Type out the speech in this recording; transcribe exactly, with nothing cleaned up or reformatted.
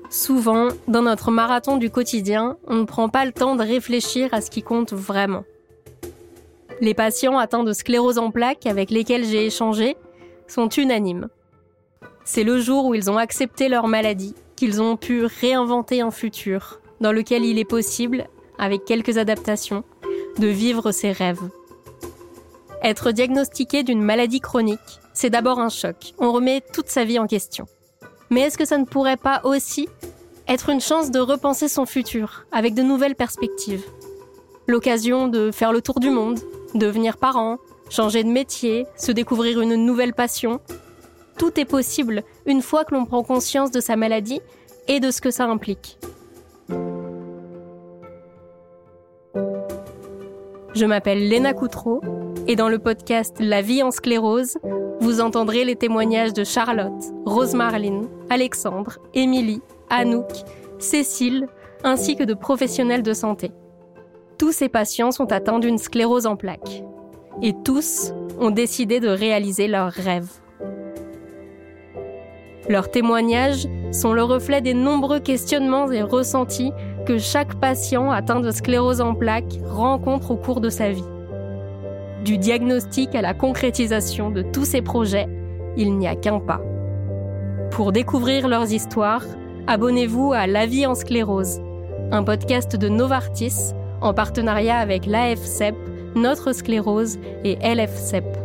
Souvent, dans notre marathon du quotidien, on ne prend pas le temps de réfléchir à ce qui compte vraiment. Les patients atteints de sclérose en plaques avec lesquels j'ai échangé sont unanimes. C'est le jour où ils ont accepté leur maladie qu'ils ont pu réinventer un futur dans lequel il est possible, avec quelques adaptations, de vivre ses rêves. Être diagnostiqué d'une maladie chronique, c'est d'abord un choc. On remet toute sa vie en question. Mais est-ce que ça ne pourrait pas aussi être une chance de repenser son futur avec de nouvelles perspectives ? L'occasion de faire le tour du monde, devenir parent, changer de métier, se découvrir une nouvelle passion. Tout est possible une fois que l'on prend conscience de sa maladie et de ce que ça implique. Je m'appelle Léna Coutreau et dans le podcast La vie en sclérose, vous entendrez les témoignages de Charlotte, Rose-Marline, Alexandre, Émilie, Anouk, Cécile, ainsi que de professionnels de santé. Tous ces patients sont atteints d'une sclérose en plaques. Et tous ont décidé de réaliser leurs rêves. Leurs témoignages sont le reflet des nombreux questionnements et ressentis que chaque patient atteint de sclérose en plaques rencontre au cours de sa vie. Du diagnostic à la concrétisation de tous ces projets, il n'y a qu'un pas. Pour découvrir leurs histoires, abonnez-vous à La vie en sclérose, un podcast de Novartis en partenariat avec l'A F C E P, Notre Sclérose et L F C E P.